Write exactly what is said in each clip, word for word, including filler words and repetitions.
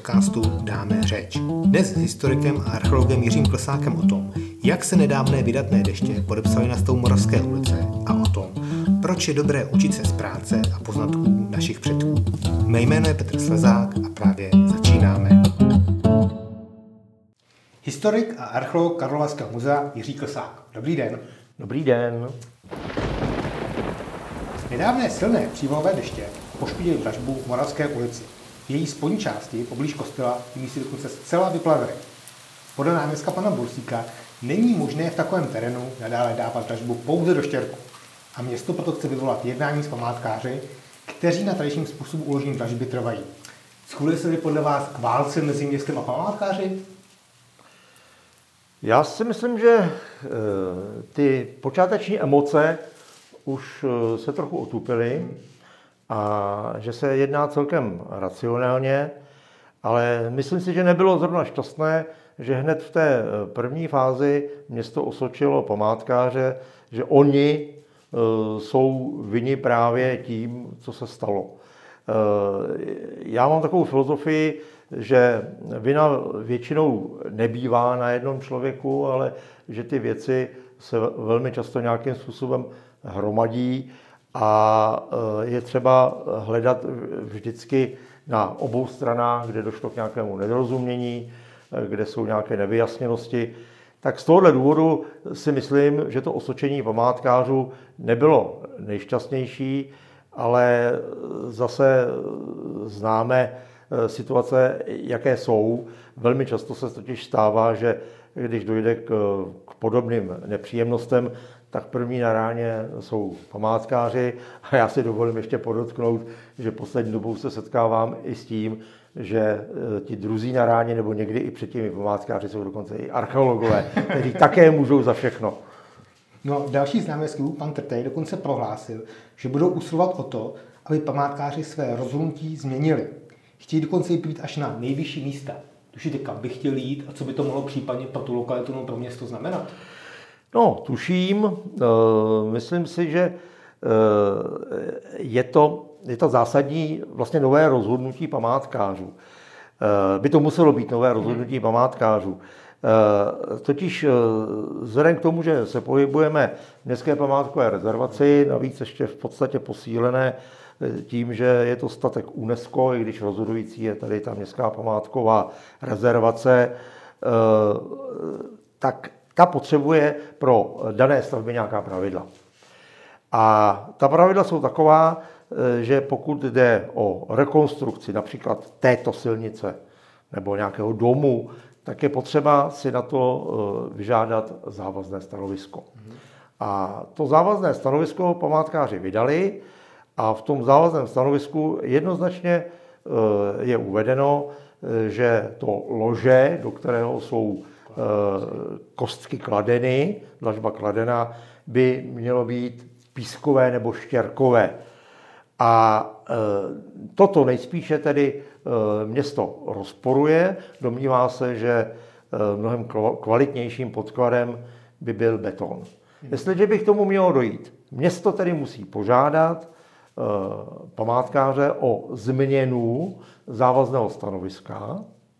podcastu Dáme řeč. Dnes s historikem a archeologem Jiřím Klesákem o tom, jak se nedávné vydatné deště podepsaly na stavu Moravské ulice a o tom, proč je dobré učit se z práce a poznatků našich předků. Mé jméno je Petr Slezák a právě začínáme. Historik a archeolog Karlovarského muzea Jiří Klesák. Dobrý den. Dobrý den. Nedávné silné přívalové deště pošpinily dlažbu v Moravské ulici. V její spodní části, poblíž kostela, místy dokonce zcela vyplavily. Podle náměstka pana Bursíka není možné v takovém terénu nadále dávat dlažbu pouze do štěrku. A město proto chce vyvolat jednání s památkáři, kteří na tradičním způsobu uložení dlažby trvají. Schůduje se tedy podle vás k válce mezi městem a památkáři? Já si myslím, že ty počáteční emoce už se trochu otupily a že se jedná celkem racionálně, ale myslím si, že nebylo zrovna šťastné, že hned v té první fázi město osočilo památkáře, že oni jsou vinni právě tím, co se stalo. Já mám takovou filozofii, že vina většinou nebývá na jednom člověku, ale že ty věci se velmi často nějakým způsobem hromadí a je třeba hledat vždycky na obou stranách, kde došlo k nějakému nedorozumění, kde jsou nějaké nevyjasněnosti. Tak z tohohle důvodu si myslím, že to osočení památkářů nebylo nejšťastnější, ale zase známe situace, jaké jsou. Velmi často se totiž stává, že když dojde k, k podobným nepříjemnostem, tak první na ráně jsou památkáři a já si dovolím ještě podotknout, že poslední dobou se setkávám i s tím, že ti druzí na ráně nebo někdy i před těmi památkáři jsou dokonce i archeologové, kteří také můžou za všechno. No, další z náměstků, pan Trtej, dokonce prohlásil, že budou usilovat o to, aby památkáři své rozhodnutí změnili. Chtějí dokonce jít až na nejvyšší místa. Tušíte, kam by chtěli jít a co by to mohlo případně pro tu lokalitu nebo pro město znamenat? No, tuším. Myslím si, že je to, je to zásadní vlastně nové rozhodnutí památkářů. By to muselo být nové rozhodnutí památkářů. Totiž vzhledem k tomu, že se pohybujeme v městské památkové rezervaci, navíc ještě v podstatě posílené tím, že je to statek UNESCO, i když rozhodující je tady ta městská památková rezervace, tak ta potřebuje pro dané stavby nějaká pravidla. A ta pravidla jsou taková, že pokud jde o rekonstrukci například této silnice nebo nějakého domu, tak je potřeba si na to vyžádat závazné stanovisko. A to závazné stanovisko památkáři vydali a v tom závazném stanovisku jednoznačně je uvedeno, že to lože, do kterého jsou kostky kladeny, dlažba kladena, by mělo být pískové nebo štěrkové. A toto nejspíše tedy město rozporuje, domnívá se, že mnohem kvalitnějším podkladem by byl beton. Jestliže by k tomu mělo dojít, město tedy musí požádat památkáře o změnu závazného stanoviska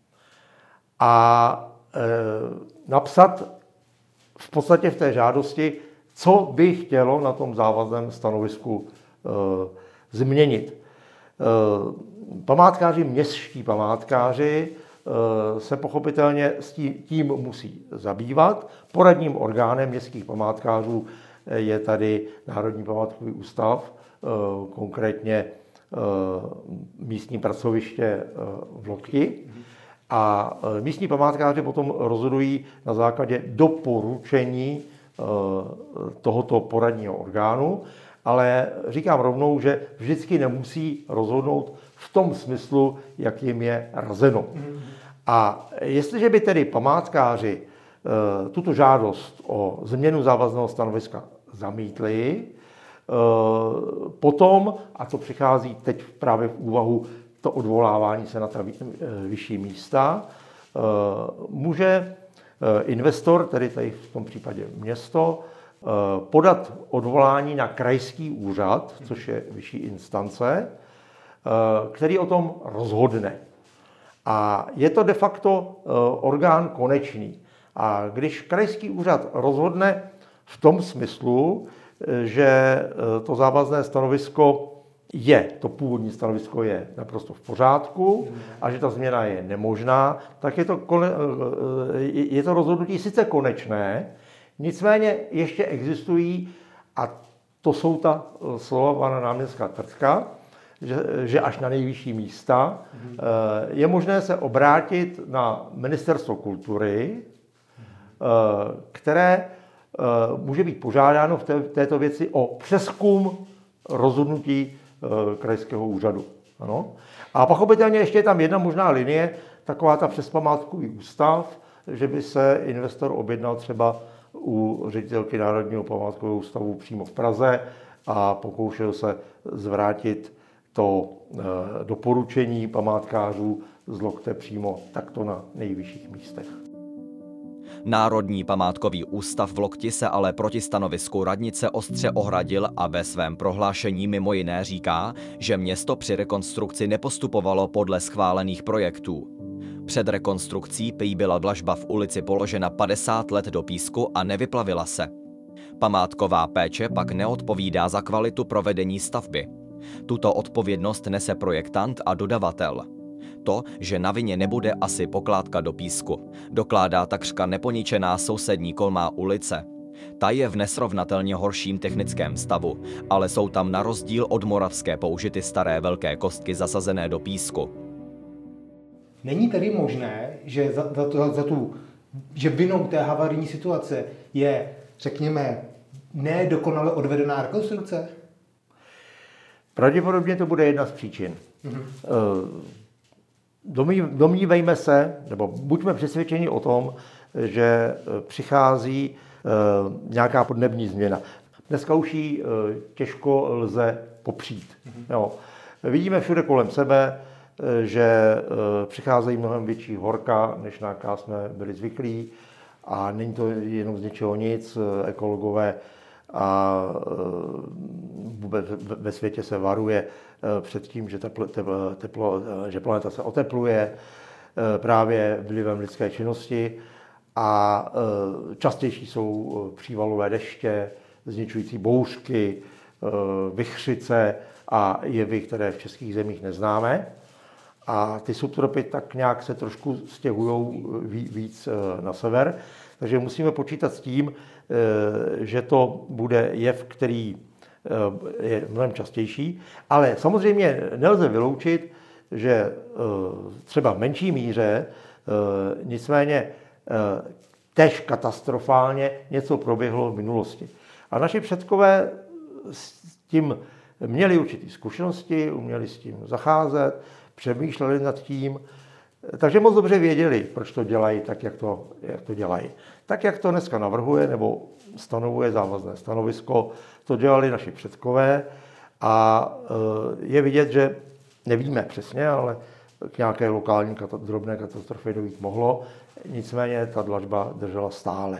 a napsat v podstatě v té žádosti, co by chtělo na tom závazném stanovisku změnit. Památkáři, městští památkáři se pochopitelně s tím, tím musí zabývat. Poradním orgánem městských památkářů je tady Národní památkový ústav, konkrétně místní pracoviště v Lodki. A místní památkáři potom rozhodují na základě doporučení tohoto poradního orgánu, ale říkám rovnou, že vždycky nemusí rozhodnout v tom smyslu, jak jim je razeno. A jestliže by tedy památkáři tuto žádost o změnu závazného stanoviska zamítli, potom, a to přichází teď právě v úvahu, to odvolávání se na ta vyšší místa, může investor, tedy tady v tom případě město, podat odvolání na krajský úřad, což je vyšší instance, který o tom rozhodne. A je to de facto orgán konečný. A když krajský úřad rozhodne v tom smyslu, že to závazné stanovisko je, to původní stanovisko je naprosto v pořádku a že ta změna je nemožná, tak je to, je to rozhodnutí sice konečné, nicméně ještě existují, a to jsou ta slova pana náměstka Trtka, že, že až na nejvyšší místa je možné se obrátit na Ministerstvo kultury, které může být požádáno v té, této věci o přezkum rozhodnutí krajského úřadu. Ano. A pochopitelně ještě je tam jedna možná linie, taková ta přes památkový ústav, že by se investor objednal třeba u ředitelky Národního památkového ústavu přímo v Praze a pokoušel se zvrátit to doporučení památkářů z Lokte přímo takto na nejvyšších místech. Národní památkový ústav v Lokti se ale proti stanovisku radnice ostře ohradil a ve svém prohlášení mimo jiné říká, že město při rekonstrukci nepostupovalo podle schválených projektů. Před rekonstrukcí prý byla dlažba v ulici položena padesát let do písku a nevyplavila se. Památková péče pak neodpovídá za kvalitu provedení stavby. Tuto odpovědnost nese projektant a dodavatel. To, že na vině nebude asi pokládka do písku, dokládá takřka neponičená sousední Kolmá ulice. Ta je v nesrovnatelně horším technickém stavu, ale jsou tam na rozdíl od moravské použity staré velké kostky zasazené do písku. Není tedy možné, že za, za, to, za tu, že vinou té havarijní situace je, řekněme, nedokonale odvedená rekonstrukce? Pravděpodobně to bude jedna z příčin. Mm-hmm. Domnívejme se, nebo buďme přesvědčeni o tom, že přichází nějaká podnební změna. Dneska už ji těžko lze popřít. Jo. Vidíme všude kolem sebe, že přicházejí mnohem větší horka, než na jaká jsme byli zvyklí. A není to jenom z ničeho nic. Ekologové a ve světě se varuje před tím, že, teplo, teplo, že planeta se otepluje právě vlivem lidské činnosti a častější jsou přívalové deště, zničující bouřky, vichřice a jevy, které v českých zemích neznáme. A ty subtropy tak nějak se trošku stěhují víc na sever. Takže musíme počítat s tím, že to bude jev, který je mnohem častější, ale samozřejmě nelze vyloučit, že třeba v menší míře, nicméně též katastrofálně něco proběhlo v minulosti. A naši předkové s tím měli určité zkušenosti, uměli s tím zacházet, přemýšleli nad tím, takže moc dobře věděli, proč to dělají tak, jak to, jak to dělají. Tak, jak to dneska navrhuje nebo stanovuje závazné stanovisko, to dělali naši předkové a je vidět, že nevíme přesně, ale k nějaké lokální drobné katastrofě dojít mohlo, nicméně ta dlažba držela stále.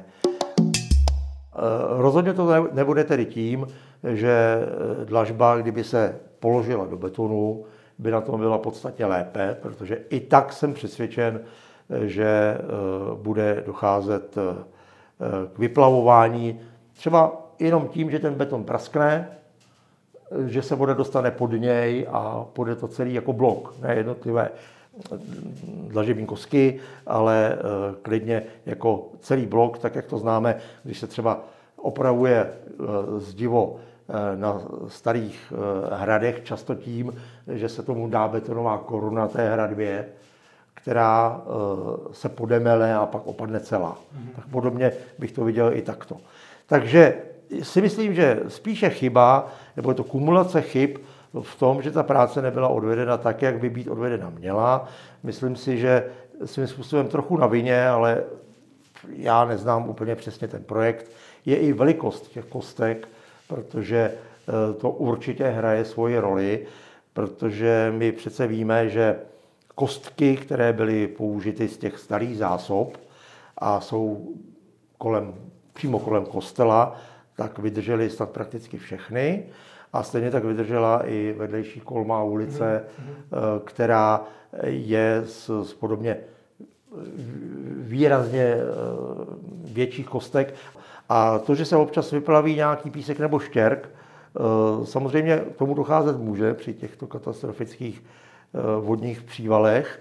Rozhodně to nebude tedy tím, že dlažba, kdyby se položila do betonu, by na tom byla podstatně lépe, protože i tak jsem přesvědčen, že bude docházet k vyplavování třeba jenom tím, že ten beton praskne, že se voda dostane pod něj a půjde to celý jako blok, ne jednotlivé dlažební kostky, ale klidně jako celý blok, tak jak to známe, když se třeba opravuje zdivo na starých hradech, často tím, že se tomu dá betonová koruna té hradbě, která se podemele a pak opadne celá. Mm-hmm. Tak podobně bych to viděl i takto. Takže si myslím, že spíše chyba, nebo je to kumulace chyb v tom, že ta práce nebyla odvedena tak, jak by být odvedena měla. Myslím si, že svým způsobem trochu na vině, ale já neznám úplně přesně ten projekt. Je i velikost těch kostek, protože to určitě hraje svoji roli, protože my přece víme, že kostky, které byly použity z těch starých zásob a jsou kolem, přímo kolem kostela, tak vydržely snad prakticky všechny. A stejně tak vydržela i vedlejší Kolmá ulice, mm-hmm. která je z, z podobně výrazně větších kostek. A to, že se občas vyplaví nějaký písek nebo štěrk, samozřejmě k tomu docházet může při těchto katastrofických vodních přívalech.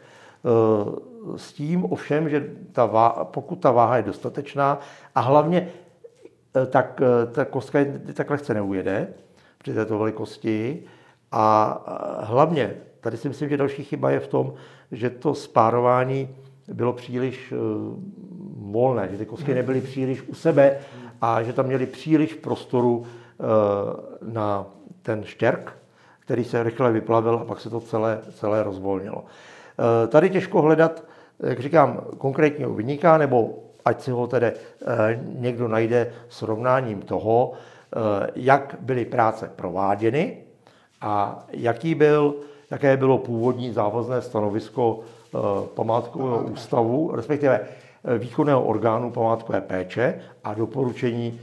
S tím ovšem, že ta váha, pokud ta váha je dostatečná a hlavně tak ta kostka tak lehce neujede při této velikosti. A hlavně, tady si myslím, že další chyba je v tom, že to spárování bylo příliš volné, že ty kostky nebyly příliš u sebe a že tam měli příliš prostoru na ten štěrk, který se rychle vyplavil a pak se to celé, celé rozvolnilo. Tady těžko hledat, jak říkám, konkrétního viníka, nebo ať si ho tedy někdo najde srovnáním toho, jak byly práce prováděny a jaký byl, jaké bylo původní závazné stanovisko památkového ústavu, respektive výkonného orgánu památkové péče a doporučení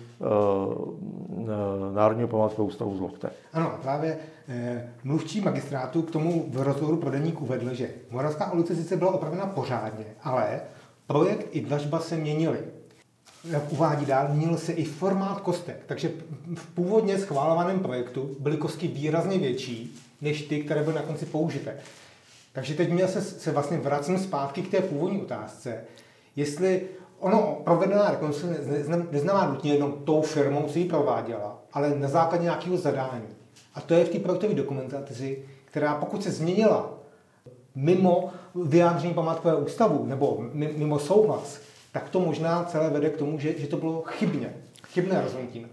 Národního památkového ústavu z Lochte. Ano, právě eh, mluvčí magistrátu k tomu v rozhovoru pro Deník uvedl, že Moravská ulice sice byla opravena pořádně, ale projekt i dlažba se měnily. Jak uvádí dál, měnil se i formát kostek, takže v původně schválovaném projektu byly kostky výrazně větší než ty, které byly na konci použité. Takže teď mě se, se vlastně vracím zpátky k té původní otázce, jestli ono provedená rekonstrukce neznamená nutně jenom tou firmou, co ji prováděla, ale na základě nějakého zadání. A to je v té projektové dokumentaci, která pokud se změnila mimo vyjádření památkového ústavu nebo mimo souhlas, tak to možná celé vede k tomu, že, že to bylo chybně, chybné rozhodnutí.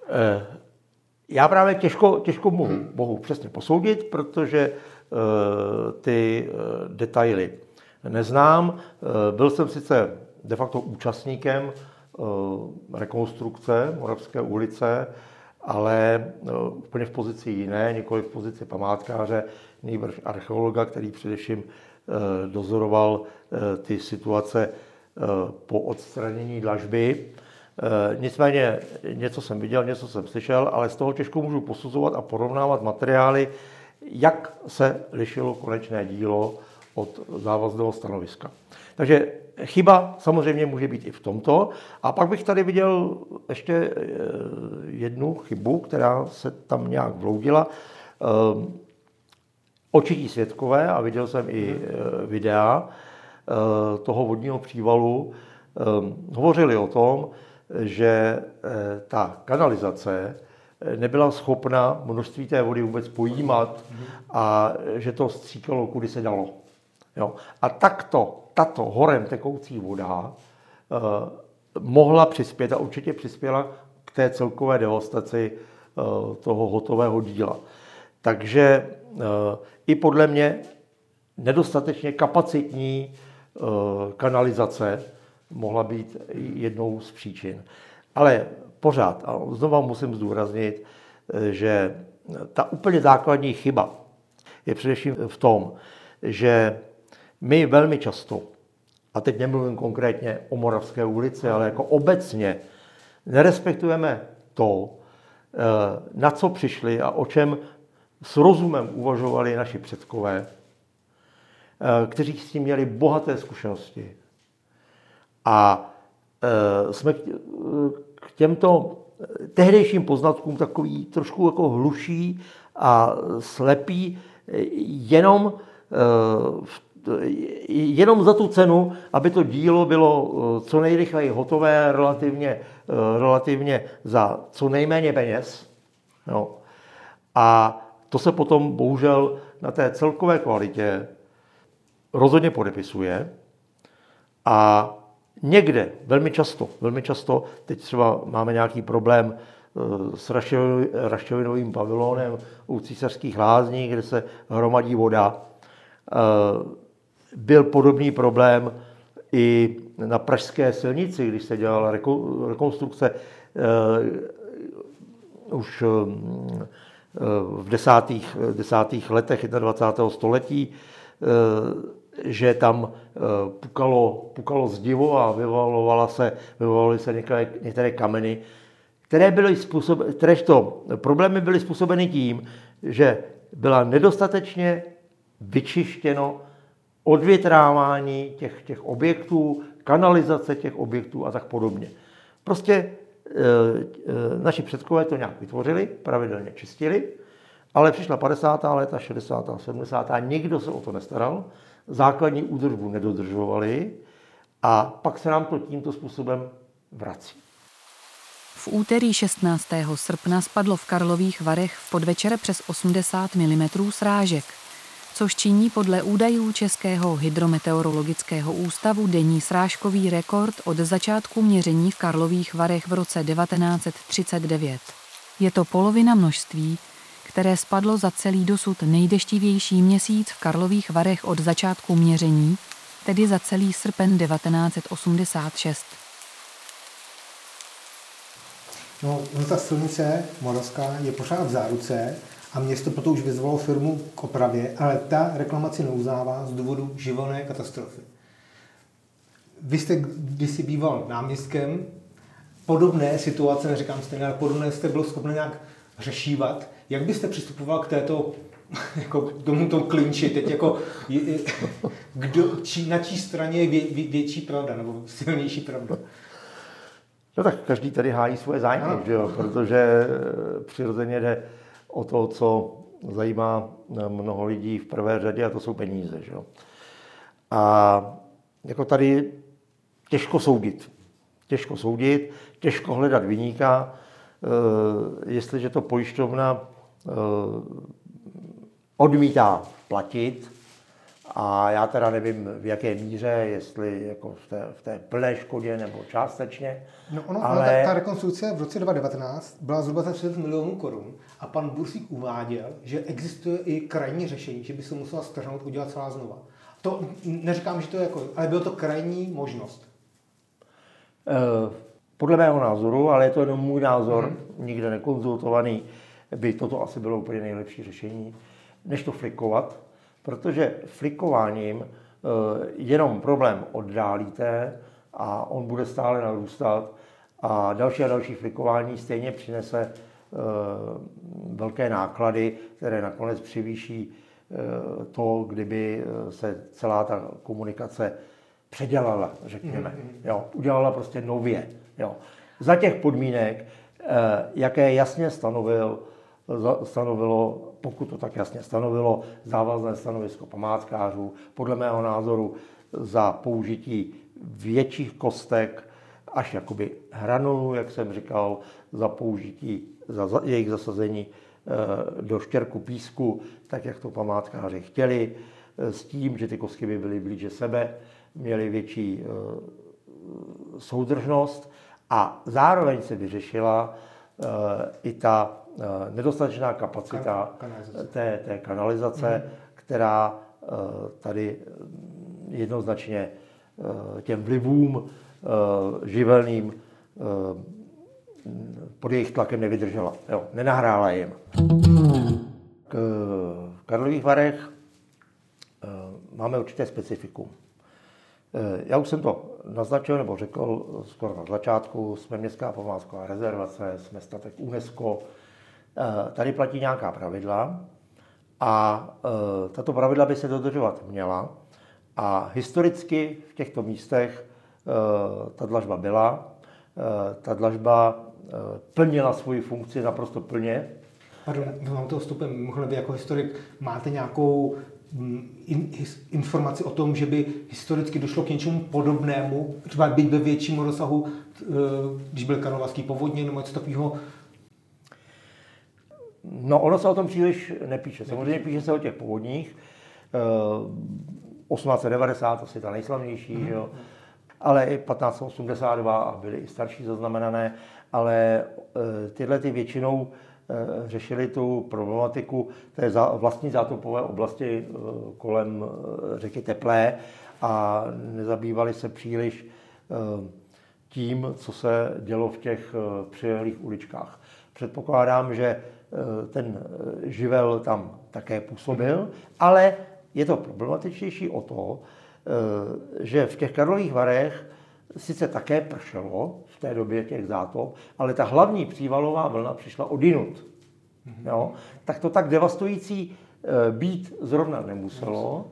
Já právě těžko, těžko mohu, hmm. mohu přesně posoudit, protože uh, ty uh, detaily neznám. Uh, byl jsem sice de facto účastníkem uh, rekonstrukce Moravské ulice, ale uh, úplně v pozici jiné, nikoli v pozici památkáře, nýbrž archeologa, který především uh, dozoroval uh, ty situace uh, po odstranění dlažby. Uh, nicméně něco jsem viděl, něco jsem slyšel, ale z toho těžko můžu posuzovat a porovnávat materiály, jak se lišilo konečné dílo od závazného stanoviska. Takže chyba samozřejmě může být i v tomto. A pak bych tady viděl ještě jednu chybu, která se tam nějak vloudila. Očití svědkové, a viděl jsem i videa toho vodního přívalu, hovořili o tom, že ta kanalizace nebyla schopna množství té vody vůbec pojímat a že to stříkalo, kudy se dalo. Jo. A takto, tato horem tekoucí voda eh, mohla přispět a určitě přispěla k té celkové devastaci eh, toho hotového díla. Takže eh, i podle mě nedostatečně kapacitní eh, kanalizace mohla být jednou z příčin. Ale pořád, a znova musím zdůraznit, že ta úplně základní chyba je především v tom, že my velmi často, a teď nemluvím konkrétně o Moravské ulici, ale jako obecně, nerespektujeme to, na co přišli a o čem s rozumem uvažovali naši předkové, kteří s tím měli bohaté zkušenosti. A jsme k těmto tehdejším poznatkům takový trošku jako hluší a slepí jenom, jenom za tu cenu, aby to dílo bylo co nejrychleji hotové, relativně, relativně za co nejméně peněz. No. A to se potom bohužel na té celkové kvalitě rozhodně podepisuje. A někde, velmi často, velmi často, teď třeba máme nějaký problém s rašťovinovým pavilonem u Císařských lázní, kde se hromadí voda. Byl podobný problém i na pražské silnici, když se dělala rekonstrukce už v desátých, desátých letech dvacátého prvního století, že tam pukalo, pukalo zdivo a vyvalovala se, vyvalovaly se některé, některé kameny, které byly způsob, kteréžto problémy byly způsobeny tím, že byla nedostatečně vyčištěno odvětrávání těch, těch objektů, kanalizace těch objektů a tak podobně. Prostě e, e, naši předkové to nějak vytvořili, pravidelně čistili, ale přišla padesátá léta, šedesátá, sedmdesátá nikdo se o to nestaral, základní údržbu nedodržovali a pak se nám to tímto způsobem vrací. V úterý šestnáctého srpna spadlo v Karlových Varech v podvečer přes osmdesát milimetrů srážek, což činí podle údajů Českého hydrometeorologického ústavu denní srážkový rekord od začátku měření v Karlových Varech v roce devatenáct set třicet devět. Je to polovina množství, které spadlo za celý dosud nejdeštivější měsíc v Karlových Varech od začátku měření, tedy za celý srpen devatenáct set osmdesát šest. No, ta silnice moravská je pořád v záruce a město proto už vyzvalo firmu k opravě, ale ta reklamaci neuznává z důvodu živelné katastrofy. Vy jste kdysi býval náměstkem, podobné situace, neříkám stejně, ale podobné jste byl schopni nějak řešívat. Jak byste přistupoval k této, jako k tomuto klinči, teď jako, kdo, či, na čí straně je vě, vě, větší pravda, nebo silnější pravda? No tak každý tady hájí svoje zájmy, no. Že jo? Protože přirozeně jde o to, co zajímá mnoho lidí v prvé řadě, a to jsou peníze. Že jo? A jako tady těžko soudit. Těžko soudit, těžko hledat viníka, jestliže to pojišťovna odmítá platit, a já teda nevím, v jaké míře, jestli jako v té, v té plné škodě nebo částečně. No ono, ale ta, ta rekonstrukce v roce dva tisíce devatenáct byla zhruba za třicet milionů korun a pan Bursík uváděl, že existuje i krajní řešení, že by se musela strhnout, udělat celá znova. To neříkám, že to je jako, ale bylo to krajní možnost. Podle mého názoru, ale je to jenom můj názor, hmm. nikde nekonzultovaný, by toto asi bylo úplně nejlepší řešení, než to flikovat. Protože flikováním jenom problém oddálíte a on bude stále narůstat a další a další flikování stejně přinese velké náklady, které nakonec přivýší to, kdyby se celá ta komunikace předělala, řekněme. Jo, udělala prostě nově. Jo. Za těch podmínek, jaké jasně stanovil, stanovilo, pokud to tak jasně stanovilo, závazné stanovisko památkářů, podle mého názoru za použití větších kostek, až jakoby hranolů, jak jsem říkal, za použití, za jejich zasazení do štěrku písku, tak jak to památkáři chtěli, s tím, že ty kostky by byly blíže sebe, měly větší soudržnost a zároveň se vyřešila i ta nedostatečná kapacita té, té kanalizace, mm. která tady jednoznačně těm vlivům živelným pod jejich tlakem nevydržela. Jo, nenahrála jim. V Karlových Varech máme určité specifikum. Já už jsem to naznačil nebo řekl skoro na začátku, jsme městská památková rezervace, jsme statek UNESCO. Tady platí nějaká pravidla a tato pravidla by se dodržovat měla. A historicky v těchto místech ta dlažba byla. Ta dlažba plnila svoji funkci naprosto plně. Pardon, vám toho vstupem, mimochodem vy jako historik máte nějakou in, informaci o tom, že by historicky došlo k něčemu podobnému, třeba být ve větším rozsahu, když byl karlovarský povodně nebo něco takového? No, ono se o tom příliš nepíše. Samozřejmě píše se o těch povodních. osmnáct set devadesát, asi ta nejslavnější, mm-hmm. jo. Ale i patnáct set osmdesát dva a byly i starší zaznamenané, ale tyhle ty většinou řešili tu problematiku té vlastní zátopové oblasti kolem řeky Teplé a nezabývali se příliš tím, co se dělo v těch přilehlých uličkách. Předpokládám, že ten živel tam také působil, ale je to problematičtější o to, že v těch Karlových Varech sice také pršelo v té době těch zátop, ale ta hlavní přívalová vlna přišla odinut. Jo? Tak to tak devastující být zrovna nemuselo.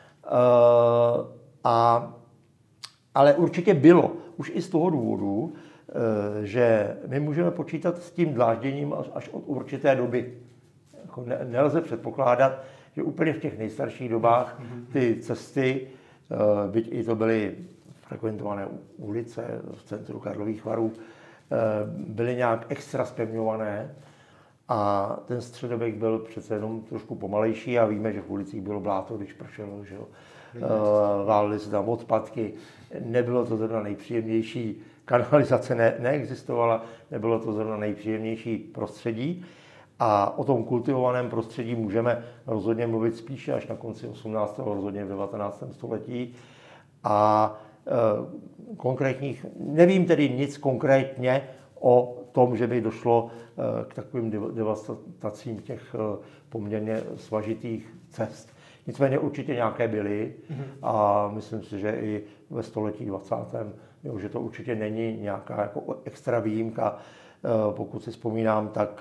A, ale určitě bylo. Už i z toho důvodu, že my můžeme počítat s tím dlážděním až, až od určité doby. Jako ne, nelze předpokládat, že úplně v těch nejstarších dobách ty cesty, byť i to byly frekventované ulice v centru Karlových Varů, byly nějak extra zpevňované a ten středověk byl přece jenom trošku pomalejší a víme, že v ulicích bylo bláto, když pršelo, že jo. Válely se tam odpadky, nebylo to zrovna nejpříjemnější, kanalizace ne, neexistovala, nebylo to zrovna nejpříjemnější prostředí. A o tom kultivovaném prostředí můžeme rozhodně mluvit spíše až na konci osmnáctého rozhodně v devatenáctém století. A e, konkrétních, nevím tedy nic konkrétně o tom, že by došlo e, k takovým devastacím těch e, poměrně svažitých cest. Nicméně určitě nějaké byly a myslím si, že i ve století dvacátém Jo, že to určitě není nějaká jako extra výjimka. E, pokud si vzpomínám, tak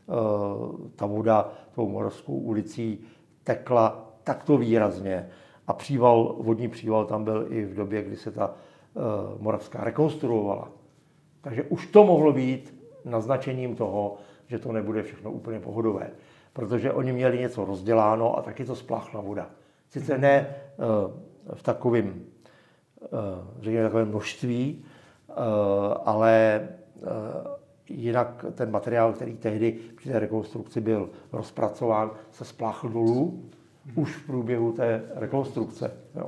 ta voda tou Moravskou ulicí tekla takto výrazně a příval, vodní příval tam byl i v době, kdy se ta uh, Moravská rekonstruovala. Takže už to mohlo být naznačením toho, že to nebude všechno úplně pohodové. Protože oni měli něco rozděláno a taky to spláchla voda. Sice ne uh, v takovém, uh, řekněme, takovém množství, uh, ale uh, jinak ten materiál, který tehdy při té rekonstrukci byl rozpracován, se spláchl dolů už v průběhu té rekonstrukce. Jo.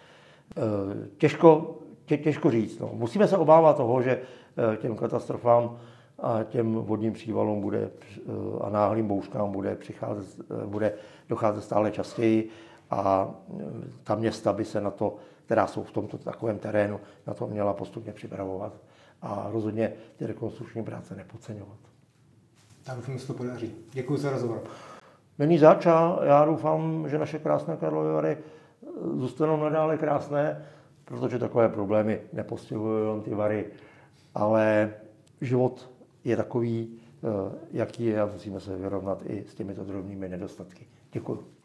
Těžko, tě, těžko říct. No. Musíme se obávat toho, že těm katastrofám a těm vodním přívalům bude, a náhlým bouřkám bude, přicházet, bude docházet stále častěji a ta města by se na to, která jsou v tomto takovém terénu, na to měla postupně připravovat. A rozhodně ty rekonstrukční práce nepodceňovat. Tak doufám, že se to podaří. Děkuji za rozhovor. Není zač a já doufám, že naše krásné Karlovy Vary zůstanou nadále krásné, protože takové problémy nepostihují jen ty Vary, ale život je takový, jaký je a musíme se vyrovnat i s těmito drobnými nedostatky. Děkuji.